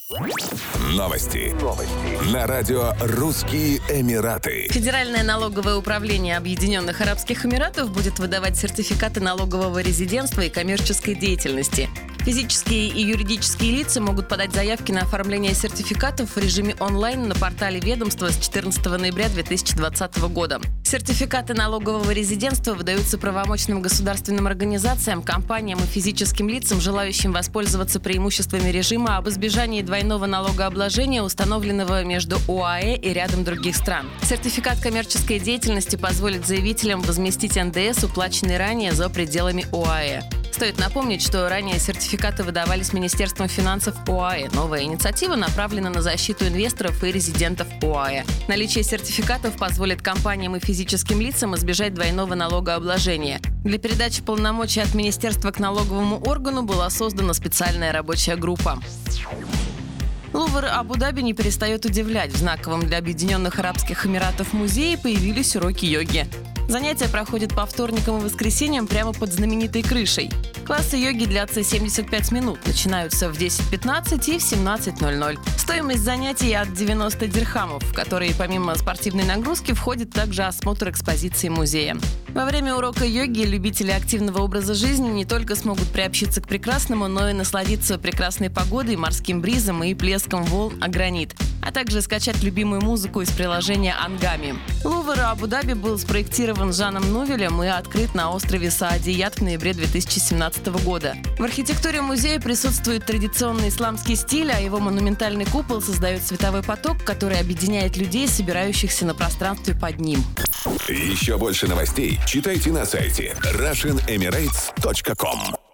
Новости. На радио «Русские Эмираты». Федеральное налоговое управление Объединенных Арабских Эмиратов будет выдавать сертификаты налогового резидентства и коммерческой деятельности. Физические и юридические лица могут подать заявки на оформление сертификатов в режиме онлайн на портале ведомства с 14 ноября 2020 года. Сертификаты налогового резидентства выдаются правомочным государственным организациям, компаниям и физическим лицам, желающим воспользоваться преимуществами режима об избежании двойного налогообложения, установленного между ОАЭ и рядом других стран. Сертификат коммерческой деятельности позволит заявителям возместить НДС, уплаченный ранее за пределами ОАЭ. Стоит напомнить, что ранее сертификаты выдавались Министерством финансов ОАЭ. Новая инициатива направлена на защиту инвесторов и резидентов ОАЭ. Наличие сертификатов позволит компаниям и физическим лицам избежать двойного налогообложения. Для передачи полномочий от Министерства к налоговому органу была создана специальная рабочая группа. Лувр Абу-Даби не перестает удивлять. В знаковом для Объединенных Арабских Эмиратов музее появились уроки йоги. Занятия проходят по вторникам и воскресеньям прямо под знаменитой крышей. Классы йоги длятся 75 минут, начинаются в 10:15 и в 17:00. Стоимость занятий от 90 дирхамов, в которые помимо спортивной нагрузки входит также осмотр экспозиции музея. Во время урока йоги любители активного образа жизни не только смогут приобщиться к прекрасному, но и насладиться прекрасной погодой, морским бризом и плеском волн о гранит, а также скачать любимую музыку из приложения Ангами. Лувр Абу-Даби был спроектирован Жаном Нувелем и открыт на острове Саадият в ноябре 2017 года. В архитектуре музея присутствует традиционный исламский стиль, а его монументальный купол создает световой поток, который объединяет людей, собирающихся на пространстве под ним. Еще больше новостей читайте на сайте RussianEmirates.com.